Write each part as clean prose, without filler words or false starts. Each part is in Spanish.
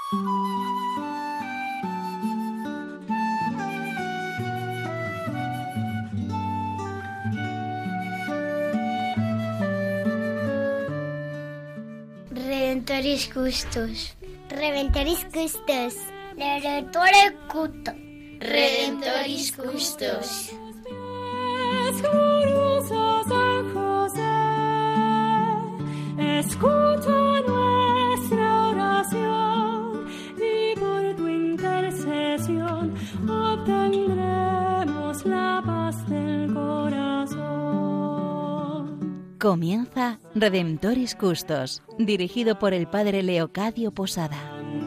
Redentoris Custos. Redentoris Custos. Redentore Culto. Redentoris Custos. San José, escucha nuestra oración y por tu intercesión obtendremos la paz del corazón. Comienza Redemptoris Custos, dirigido por el padre Leocadio Posada.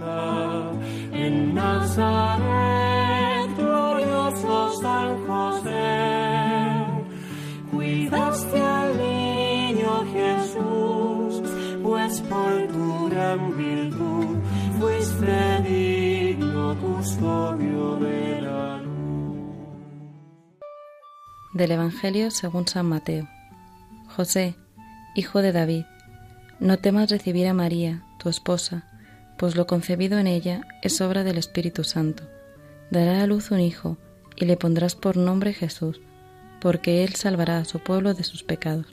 En Nazaret, glorioso San José, cuidaste al niño Jesús, pues por tu gran virtud fuiste digno custodio de la luz. Del Evangelio según San Mateo. José, hijo de David, no temas recibir a María, tu esposa, pues lo concebido en ella es obra del Espíritu Santo. Dará a luz un hijo, y le pondrás por nombre Jesús, porque él salvará a su pueblo de sus pecados.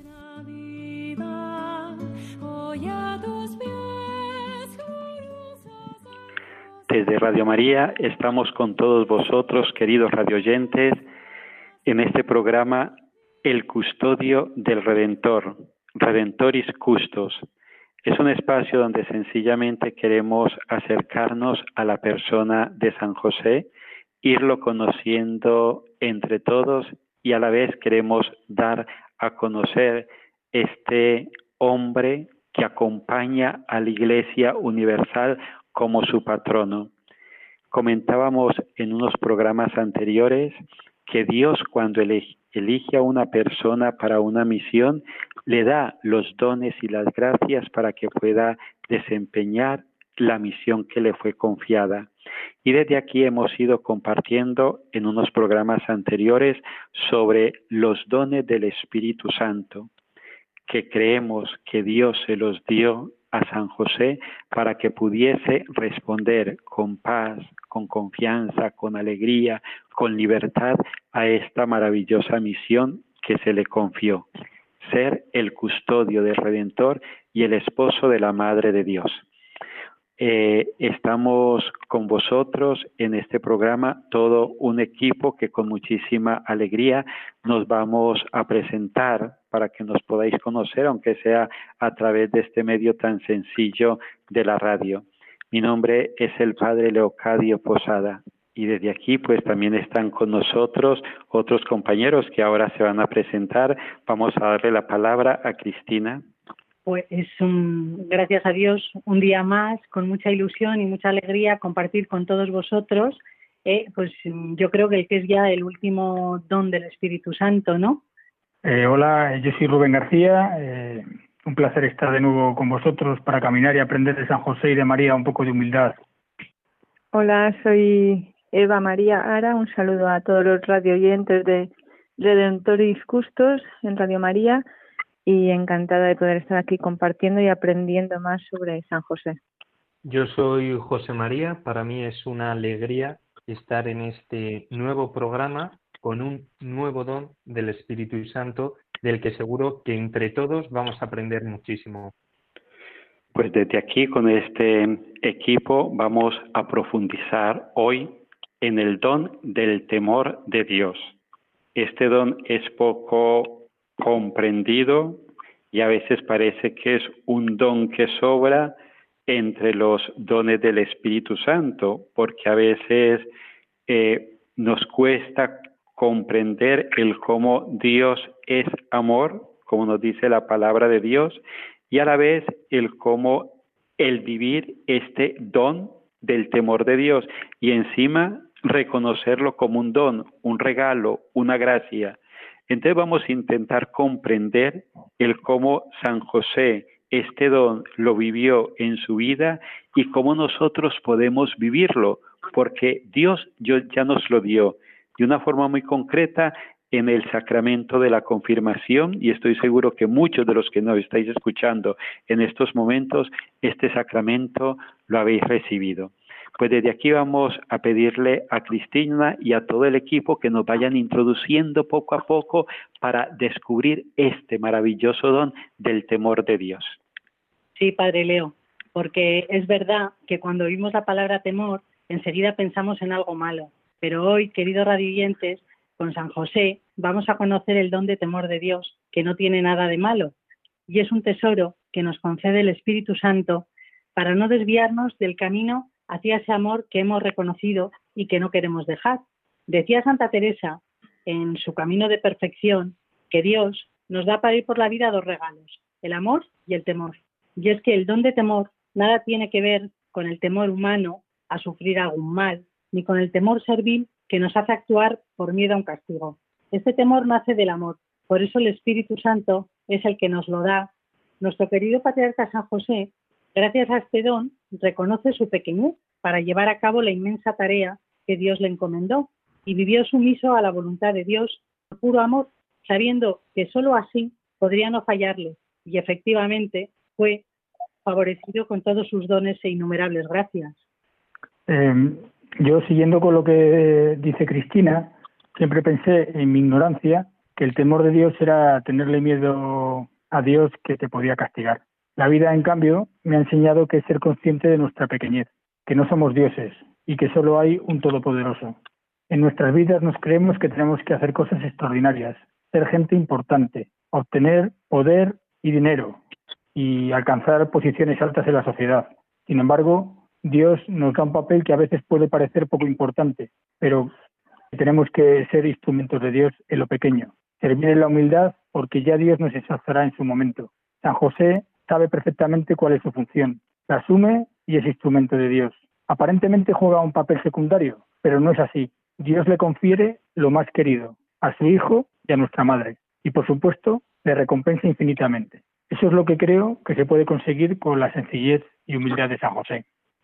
Desde Radio María estamos con todos vosotros, queridos radioyentes, en este programa El Custodio del Redentor, Redentoris Custos. Es un espacio donde sencillamente queremos acercarnos a la persona de San José, irlo conociendo entre todos y a la vez queremos dar a conocer este hombre que acompaña a la Iglesia Universal como su patrono. Comentábamos en unos programas anteriores que Dios, cuando elige a una persona para una misión, le da los dones y las gracias para que pueda desempeñar la misión que le fue confiada. Y desde aquí hemos ido compartiendo en unos programas anteriores sobre los dones del Espíritu Santo, que creemos que Dios se los dio a San José para que pudiese responder con paz, con confianza, con alegría, con libertad a esta maravillosa misión que se le confió, ser el custodio del Redentor y el esposo de la Madre de Dios. Estamos con vosotros en este programa, todo un equipo que con muchísima alegría nos vamos a presentar para que nos podáis conocer, aunque sea a través de este medio tan sencillo de la radio. Mi nombre es el padre Leocadio Posada y desde aquí pues también están con nosotros otros compañeros que ahora se van a presentar. Vamos a darle la palabra a Cristina. Pues gracias a Dios, un día más, con mucha ilusión y mucha alegría, compartir con todos vosotros, pues yo creo que el que es ya el último don del Espíritu Santo, ¿no? Hola, yo soy Rubén García, un placer estar de nuevo con vosotros para caminar y aprender de San José y de María un poco de humildad. Hola, soy Eva María Ara, un saludo a todos los radioyentes de Redentoris Custos en Radio María, y encantada de poder estar aquí compartiendo y aprendiendo más sobre San José. Yo soy José María, para mí es una alegría estar en este nuevo programa con un nuevo don del Espíritu Santo, del que seguro que entre todos vamos a aprender muchísimo. Pues desde aquí, con este equipo, vamos a profundizar hoy en el don del temor de Dios. Este don es poco comprendido y a veces parece que es un don que sobra entre los dones del Espíritu Santo, porque a veces nos cuesta comprender el cómo Dios es amor, como nos dice la palabra de Dios, y a la vez el cómo el vivir este don del temor de Dios y encima reconocerlo como un don, un regalo, una gracia. Entonces vamos a intentar comprender el cómo San José este don lo vivió en su vida y cómo nosotros podemos vivirlo, porque Dios ya nos lo dio de una forma muy concreta en el sacramento de la confirmación, y estoy seguro que muchos de los que nos estáis escuchando en estos momentos, este sacramento lo habéis recibido. Pues desde aquí vamos a pedirle a Cristina y a todo el equipo que nos vayan introduciendo poco a poco para descubrir este maravilloso don del temor de Dios. Sí, Padre Leo, porque es verdad que cuando oímos la palabra temor, enseguida pensamos en algo malo. Pero hoy, queridos radioyentes, con San José vamos a conocer el don de temor de Dios, que no tiene nada de malo, y es un tesoro que nos concede el Espíritu Santo para no desviarnos del camino hacia ese amor que hemos reconocido y que no queremos dejar. Decía Santa Teresa, en su camino de perfección, que Dios nos da para ir por la vida dos regalos, el amor y el temor. Y es que el don de temor nada tiene que ver con el temor humano a sufrir algún mal, ni con el temor servil que nos hace actuar por miedo a un castigo. Este temor nace del amor, por eso el Espíritu Santo es el que nos lo da. Nuestro querido patriarca San José, gracias a este don, reconoce su pequeñez para llevar a cabo la inmensa tarea que Dios le encomendó y vivió sumiso a la voluntad de Dios por puro amor, sabiendo que sólo así podría no fallarle, y efectivamente fue favorecido con todos sus dones e innumerables gracias. Yo, siguiendo con lo que dice Cristina, siempre pensé en mi ignorancia que el temor de Dios era tenerle miedo a Dios que te podía castigar. La vida, en cambio, me ha enseñado que es ser consciente de nuestra pequeñez, que no somos dioses y que solo hay un Todopoderoso. En nuestras vidas nos creemos que tenemos que hacer cosas extraordinarias, ser gente importante, obtener poder y dinero y alcanzar posiciones altas en la sociedad. Sin embargo, Dios nos da un papel que a veces puede parecer poco importante, pero tenemos que ser instrumentos de Dios en lo pequeño, servir en la humildad, porque ya Dios nos exaltará en su momento. San José sabe perfectamente cuál es su función, la asume y es instrumento de Dios. Aparentemente juega un papel secundario, pero no es así. Dios le confiere lo más querido, a su hijo y a nuestra madre, y por supuesto le recompensa infinitamente. Eso es lo que creo que se puede conseguir con la sencillez y humildad de San José.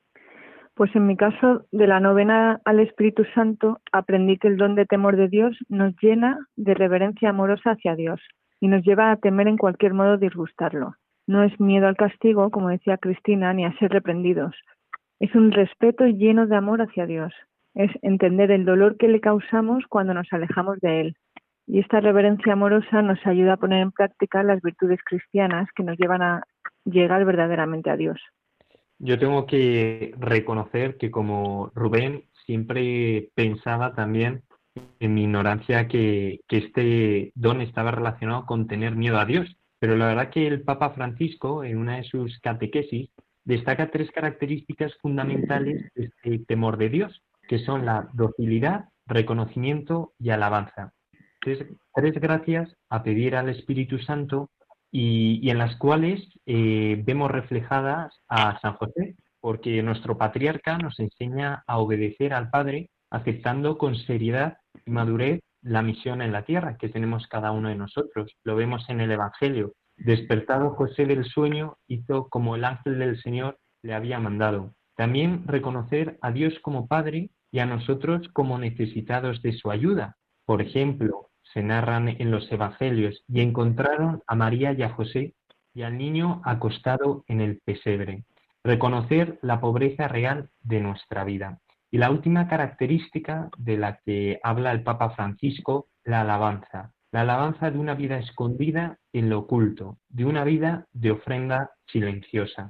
Pues en mi caso, de la novena al Espíritu Santo, aprendí que el don de temor de Dios nos llena de reverencia amorosa hacia Dios y nos lleva a temer en cualquier modo disgustarlo. No es miedo al castigo, como decía Cristina, ni a ser reprendidos. Es un respeto lleno de amor hacia Dios. Es entender el dolor que le causamos cuando nos alejamos de Él. Y esta reverencia amorosa nos ayuda a poner en práctica las virtudes cristianas que nos llevan a llegar verdaderamente a Dios. Yo tengo que reconocer que, como Rubén, siempre pensaba también en mi ignorancia que este don estaba relacionado con tener miedo a Dios. Pero la verdad que el Papa Francisco, en una de sus catequesis, destaca 3 características fundamentales de este temor de Dios, que son la docilidad, reconocimiento y alabanza. 3 gracias a pedir al Espíritu Santo y en las cuales vemos reflejadas a San José, porque nuestro patriarca nos enseña a obedecer al Padre, aceptando con seriedad y madurez la misión en la tierra que tenemos cada uno de nosotros. Lo vemos en el Evangelio. Despertado José del sueño, hizo como el ángel del Señor le había mandado. También reconocer a Dios como Padre y a nosotros como necesitados de su ayuda. Por ejemplo, se narran en los Evangelios, y encontraron a María y a José y al niño acostado en el pesebre. Reconocer la pobreza real de nuestra vida. Y la última característica de la que habla el Papa Francisco, la alabanza. La alabanza de una vida escondida en lo oculto, de una vida de ofrenda silenciosa.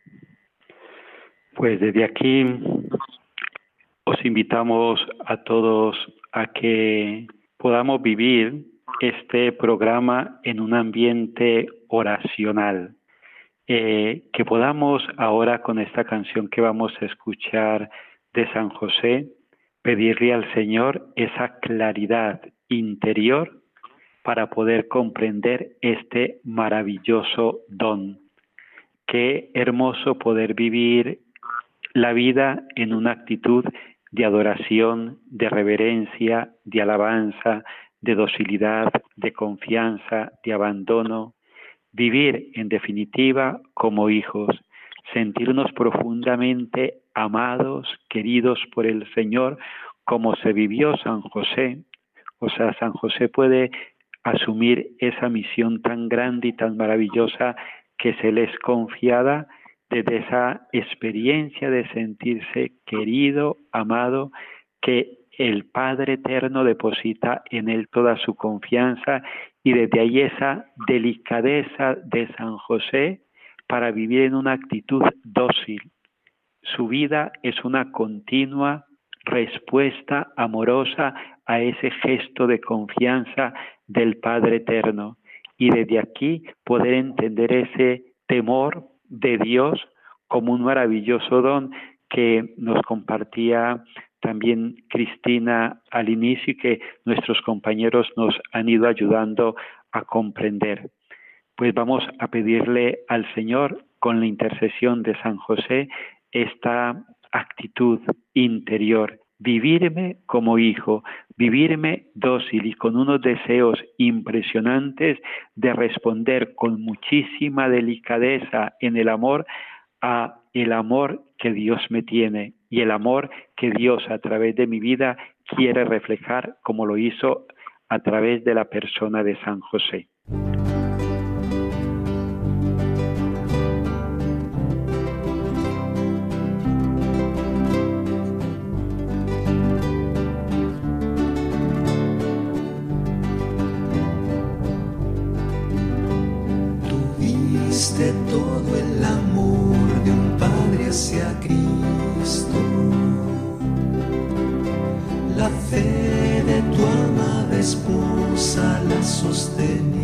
Pues desde aquí os invitamos a todos a que podamos vivir este programa en un ambiente oracional, que podamos ahora, con esta canción que vamos a escuchar de San José, pedirle al Señor esa claridad interior para poder comprender este maravilloso don. Qué hermoso poder vivir la vida en una actitud de adoración, de reverencia, de alabanza, de docilidad, de confianza, de abandono. Vivir, en definitiva, como hijos, sentirnos profundamente amados, queridos por el Señor, como se vivió San José, O sea, San José puede asumir esa misión tan grande y tan maravillosa que se le es confiada desde esa experiencia de sentirse querido, amado, que el Padre Eterno deposita en él toda su confianza, y desde ahí esa delicadeza de San José para vivir en una actitud dócil. Su vida es una continua respuesta amorosa a ese gesto de confianza del Padre Eterno, y desde aquí poder entender ese temor de Dios como un maravilloso don que nos compartía también Cristina al inicio y que nuestros compañeros nos han ido ayudando a comprender. Pues vamos a pedirle al Señor, con la intercesión de San José, esta actitud interior, vivirme como hijo, vivirme dócil y con unos deseos impresionantes de responder con muchísima delicadeza en el amor a el amor que Dios me tiene y el amor que Dios a través de mi vida quiere reflejar, como lo hizo a través de la persona de San José. Tuviste todo el amor de un padre hacia Cristo, la fe de tu amada esposa la sostenido.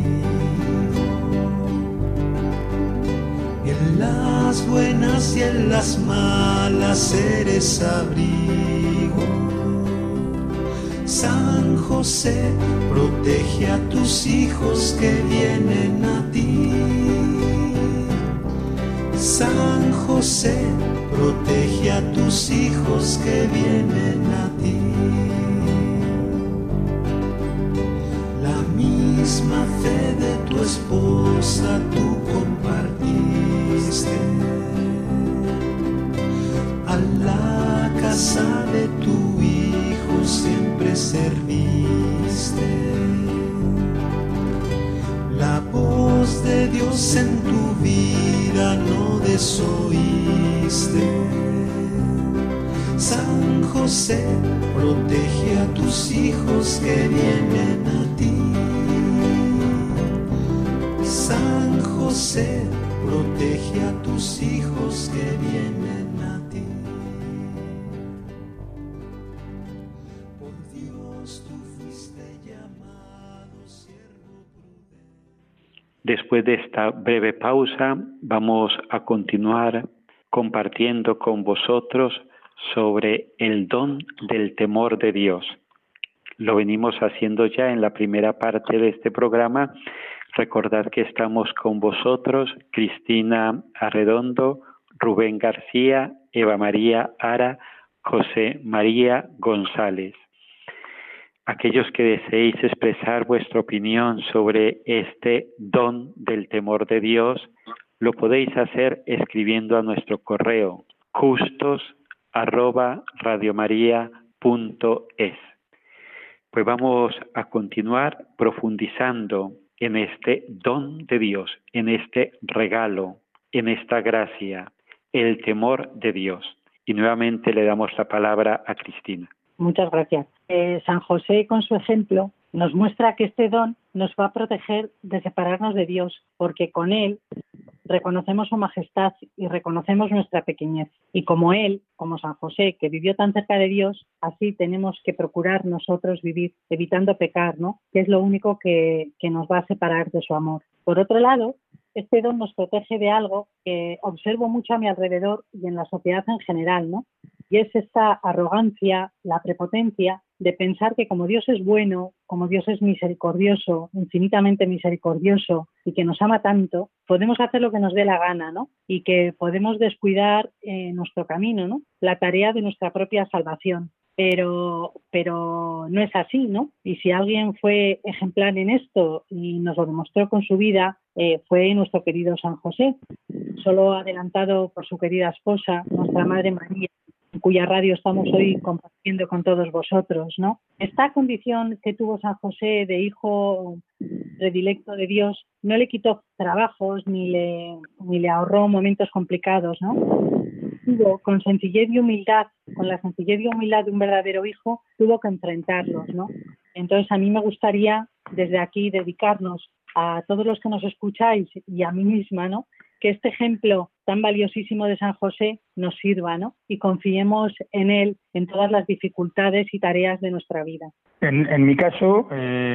En las buenas y en las malas eres abrigo. San José, protege a tus hijos que vienen a ti. San José, protege a tus hijos que vienen a ti. La misma fe de tu esposa tú compartiste. A la casa de tu hijo siempre serviste. La voz de Dios en tu vida no desoíste. San José, protege a tus hijos que vienen a ti. San José, protege a tus hijos que vienen a ti. Por Dios tú fuiste llamado siervo prudente. Después de esta breve pausa, vamos a continuar compartiendo con vosotros sobre el don del temor de Dios. Lo venimos haciendo ya en la primera parte de este programa. Recordad que estamos con vosotros, Cristina Arredondo, Rubén García, Eva María Ara, José María González. Aquellos que deseéis expresar vuestra opinión sobre este don del temor de Dios, lo podéis hacer escribiendo a nuestro correo custos@radiomaria.es. Pues vamos a continuar profundizando en este don de Dios, en este regalo, en esta gracia, el temor de Dios. Y nuevamente le damos la palabra a Cristina. Muchas gracias. San José, con su ejemplo, nos muestra que este don nos va a proteger de separarnos de Dios, porque con él reconocemos su majestad y reconocemos nuestra pequeñez. Y como él, como San José, que vivió tan cerca de Dios, así tenemos que procurar nosotros vivir, evitando pecar, ¿no? Que es lo único que nos va a separar de su amor. Por otro lado, este don nos protege de algo que observo mucho a mi alrededor y en la sociedad en general, ¿no? Y es esta arrogancia, la prepotencia de pensar que como Dios es bueno, como Dios es misericordioso, infinitamente misericordioso y que nos ama tanto, podemos hacer lo que nos dé la gana, ¿no? Y que podemos descuidar nuestro camino, ¿no? La tarea de nuestra propia salvación. Pero no es así, ¿no? Y si alguien fue ejemplar en esto y nos lo demostró con su vida, fue nuestro querido San José, solo adelantado por su querida esposa, nuestra Madre María, cuya radio estamos hoy compartiendo con todos vosotros, ¿no? Esta condición que tuvo San José de hijo predilecto de Dios no le quitó trabajos ni le ahorró momentos complicados, ¿no? Con sencillez y humildad, con la sencillez y humildad de un verdadero hijo, tuvo que enfrentarlos, ¿no? Entonces a mí me gustaría desde aquí dedicarnos a todos los que nos escucháis y a mí misma, ¿no? Que este ejemplo tan valiosísimo de San José nos sirva, ¿no? Y confiemos en él en todas las dificultades y tareas de nuestra vida. En mi caso,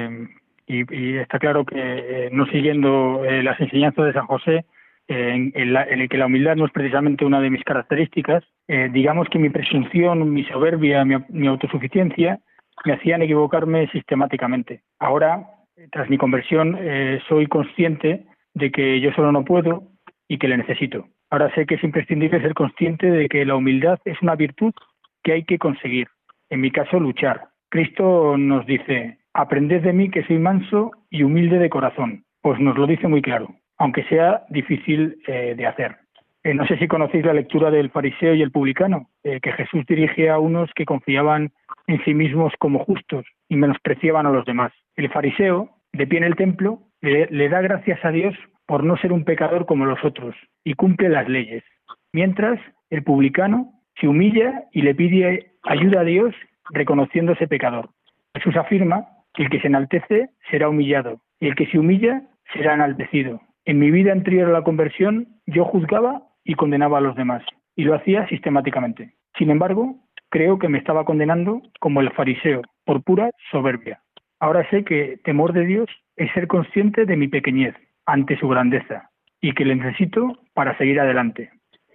y está claro que no siguiendo las enseñanzas de San José, en el que la humildad no es precisamente una de mis características, digamos que mi presunción, mi soberbia, mi autosuficiencia me hacían equivocarme sistemáticamente. Ahora, tras mi conversión, soy consciente de que yo solo no puedo y que le necesito. Ahora sé que es imprescindible ser consciente de que la humildad es una virtud que hay que conseguir. En mi caso, luchar. Cristo nos dice: aprended de mí que soy manso y humilde de corazón. Pues nos lo dice muy claro, aunque sea difícil de hacer. No sé si conocéis la lectura del fariseo y el publicano, que Jesús dirige a unos que confiaban en sí mismos como justos y menospreciaban a los demás. El fariseo, de pie en el templo, le da gracias a Dios por no ser un pecador como los otros y cumple las leyes. Mientras, el publicano se humilla y le pide ayuda a Dios reconociéndose pecador. Jesús afirma que el que se enaltece será humillado y el que se humilla será enaltecido. En mi vida anterior a la conversión, yo juzgaba y condenaba a los demás, y lo hacía sistemáticamente. Sin embargo, creo que me estaba condenando como el fariseo, por pura soberbia. Ahora sé que temor de Dios es ser consciente de mi pequeñez ante su grandeza y que le necesito para seguir adelante.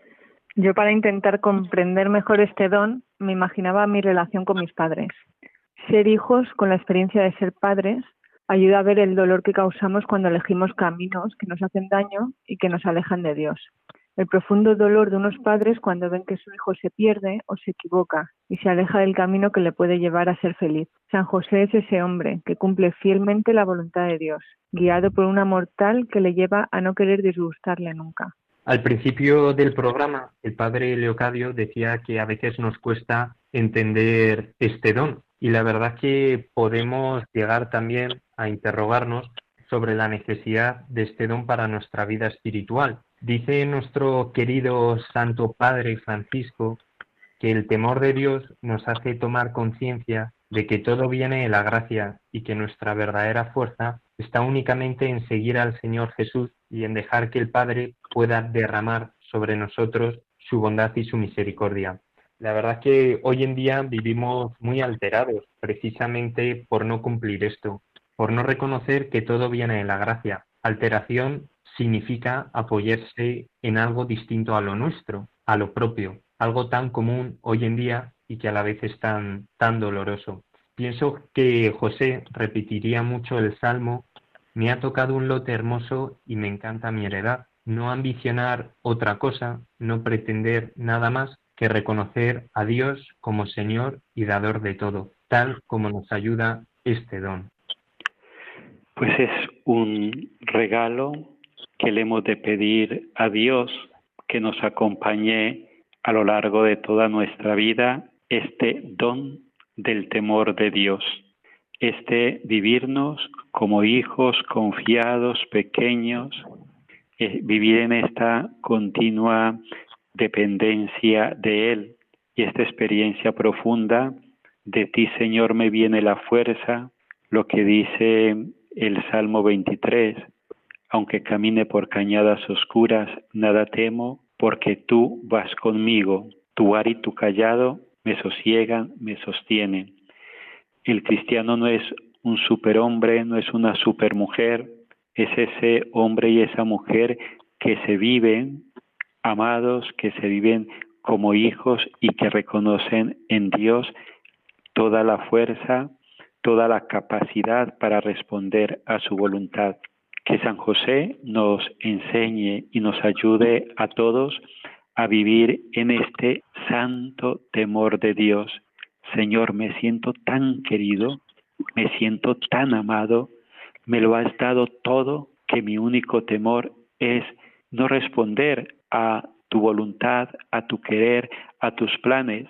Yo, para intentar comprender mejor este don, me imaginaba mi relación con mis padres. Ser hijos, con la experiencia de ser padres, ayuda a ver el dolor que causamos cuando elegimos caminos que nos hacen daño y que nos alejan de Dios. El profundo dolor de unos padres cuando ven que su hijo se pierde o se equivoca y se aleja del camino que le puede llevar a ser feliz. San José es ese hombre que cumple fielmente la voluntad de Dios, guiado por un amor tal que le lleva a no querer disgustarle nunca. Al principio del programa, el padre Leocadio decía que a veces nos cuesta entender este don, y la verdad que podemos llegar también a interrogarnos sobre la necesidad de este don para nuestra vida espiritual. Dice nuestro querido Santo Padre Francisco que el temor de Dios nos hace tomar conciencia de que todo viene de la gracia y que nuestra verdadera fuerza está únicamente en seguir al Señor Jesús y en dejar que el Padre pueda derramar sobre nosotros su bondad y su misericordia. La verdad es que hoy en día vivimos muy alterados precisamente por no cumplir esto, por no reconocer que todo viene de la gracia. Alteración significa apoyarse en algo distinto a lo nuestro, a lo propio, algo tan común hoy en día y que a la vez es tan doloroso. Pienso que José repetiría mucho el Salmo: me ha tocado un lote hermoso y me encanta mi heredad. No ambicionar otra cosa, no pretender nada más que reconocer a Dios como Señor y dador de todo, tal como nos ayuda este don. Pues es un regalo que le hemos de pedir a Dios que nos acompañe a lo largo de toda nuestra vida, este don del temor de Dios, este vivirnos como hijos confiados, pequeños, vivir en esta continua dependencia de Él y esta experiencia profunda: de ti, Señor, me viene la fuerza, lo que dice el Salmo 23, aunque camine por cañadas oscuras, nada temo, porque tú vas conmigo, tu ar y tu callado me sosiegan, me sostienen. El cristiano no es un superhombre, no es una supermujer, es ese hombre y esa mujer que se viven amados, que se viven como hijos y que reconocen en Dios toda la fuerza, toda la capacidad para responder a su voluntad. Que San José nos enseñe y nos ayude a todos a vivir en este santo temor de Dios. Señor, me siento tan querido, me siento tan amado, me lo has dado todo, que mi único temor es no responder a tu voluntad, a tu querer, a tus planes,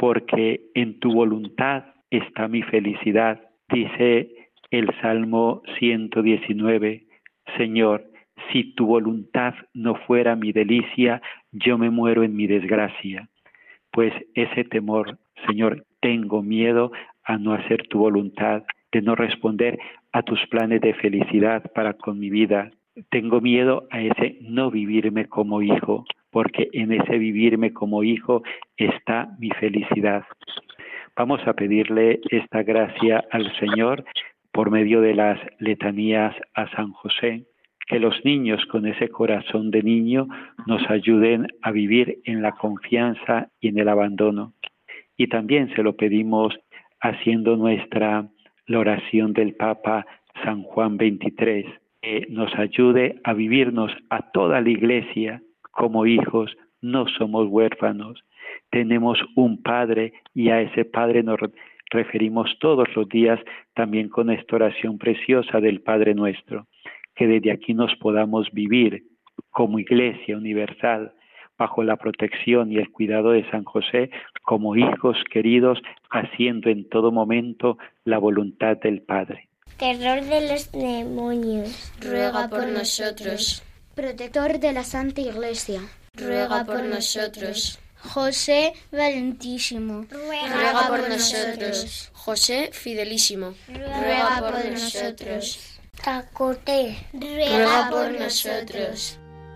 porque en tu voluntad está mi felicidad. Dice el Salmo 119, Señor, si tu voluntad no fuera mi delicia, yo me muero en mi desgracia. Pues ese temor, Señor, tengo miedo a no hacer tu voluntad, de no responder a tus planes de felicidad para con mi vida. Tengo miedo a ese no vivirme como hijo, porque en ese vivirme como hijo está mi felicidad. Vamos a pedirle esta gracia al Señor por medio de las letanías a San José, que los niños con ese corazón de niño nos ayuden a vivir en la confianza y en el abandono. Y también se lo pedimos haciendo nuestra la oración del Papa San Juan XXIII, que nos ayude a vivirnos a toda la Iglesia como hijos, no somos huérfanos, tenemos un Padre y a ese Padre nos referimos todos los días también con esta oración preciosa del Padre Nuestro, que desde aquí nos podamos vivir como Iglesia universal, bajo la protección y el cuidado de San José, como hijos queridos, haciendo en todo momento la voluntad del Padre. Terror de los demonios, ruega por nosotros. Protector de la Santa Iglesia, ruega por nosotros. José Valentísimo, ruega por nosotros. José Fidelísimo, ruega por nosotros. Tacote, ruega por nosotros.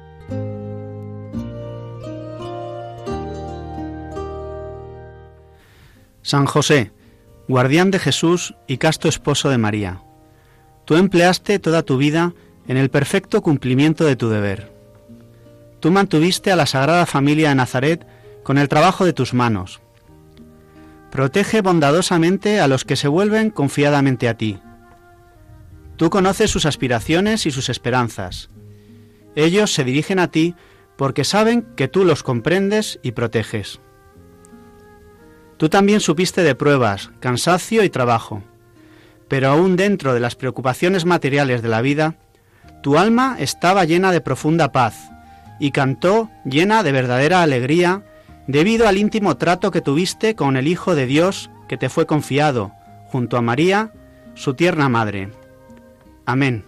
San José, guardián de Jesús y casto esposo de María, tú empleaste toda tu vida en el perfecto cumplimiento de tu deber. Tú mantuviste a la Sagrada Familia de Nazaret con el trabajo de tus manos. Protege bondadosamente a los que se vuelven confiadamente a ti. Tú conoces sus aspiraciones y sus esperanzas. Ellos se dirigen a ti porque saben que tú los comprendes y proteges. Tú también supiste de pruebas, cansancio y trabajo, pero aún dentro de las preocupaciones materiales de la vida, tu alma estaba llena de profunda paz y cantó llena de verdadera alegría debido al íntimo trato que tuviste con el Hijo de Dios que te fue confiado, junto a María, su tierna madre. Amén.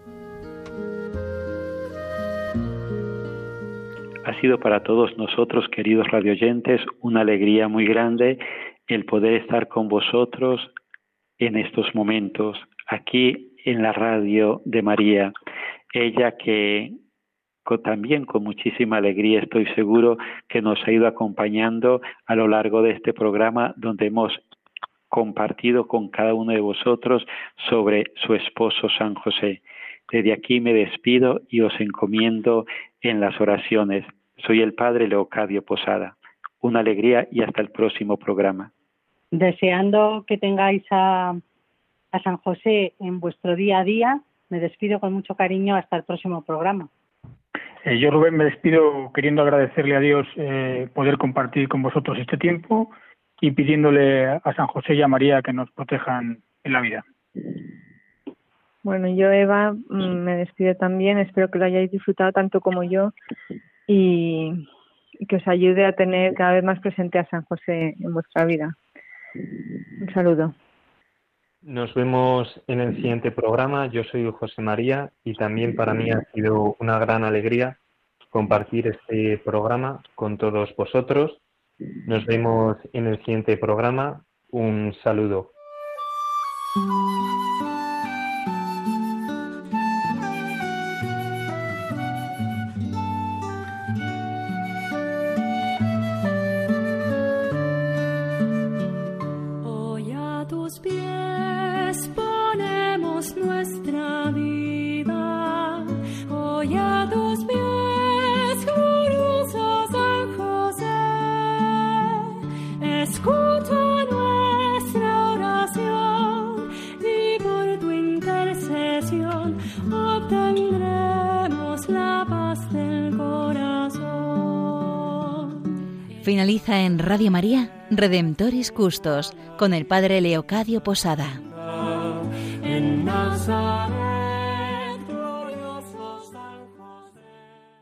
Ha sido para todos nosotros, queridos radioyentes, una alegría muy grande el poder estar con vosotros en estos momentos, aquí en la radio de María. Ella que también con muchísima alegría, estoy seguro, que nos ha ido acompañando a lo largo de este programa, donde hemos compartido con cada uno de vosotros sobre su esposo San José. Desde aquí me despido y os encomiendo en las oraciones. Soy el Padre Leocadio Posada. Una alegría y hasta el próximo programa. Deseando que tengáis a San José en vuestro día a día, me despido con mucho cariño hasta el próximo programa. Yo, Rubén, me despido queriendo agradecerle a Dios poder compartir con vosotros este tiempo y pidiéndole a San José y a María que nos protejan en la vida. Bueno, yo, Eva, me despido también. Espero que lo hayáis disfrutado tanto como yo y que os ayude a tener cada vez más presente a San José en vuestra vida. Un saludo. Nos vemos en el siguiente programa. Yo soy José María y también para mí ha sido una gran alegría compartir este programa con todos vosotros. Nos vemos en el siguiente programa. Un saludo. Nuestra vida, hoy a tus pies, glorioso San José, escucha nuestra oración y por tu intercesión obtendremos la paz del corazón. Finaliza en Radio María Redemptoris Custos con el Padre Leocadio Posada.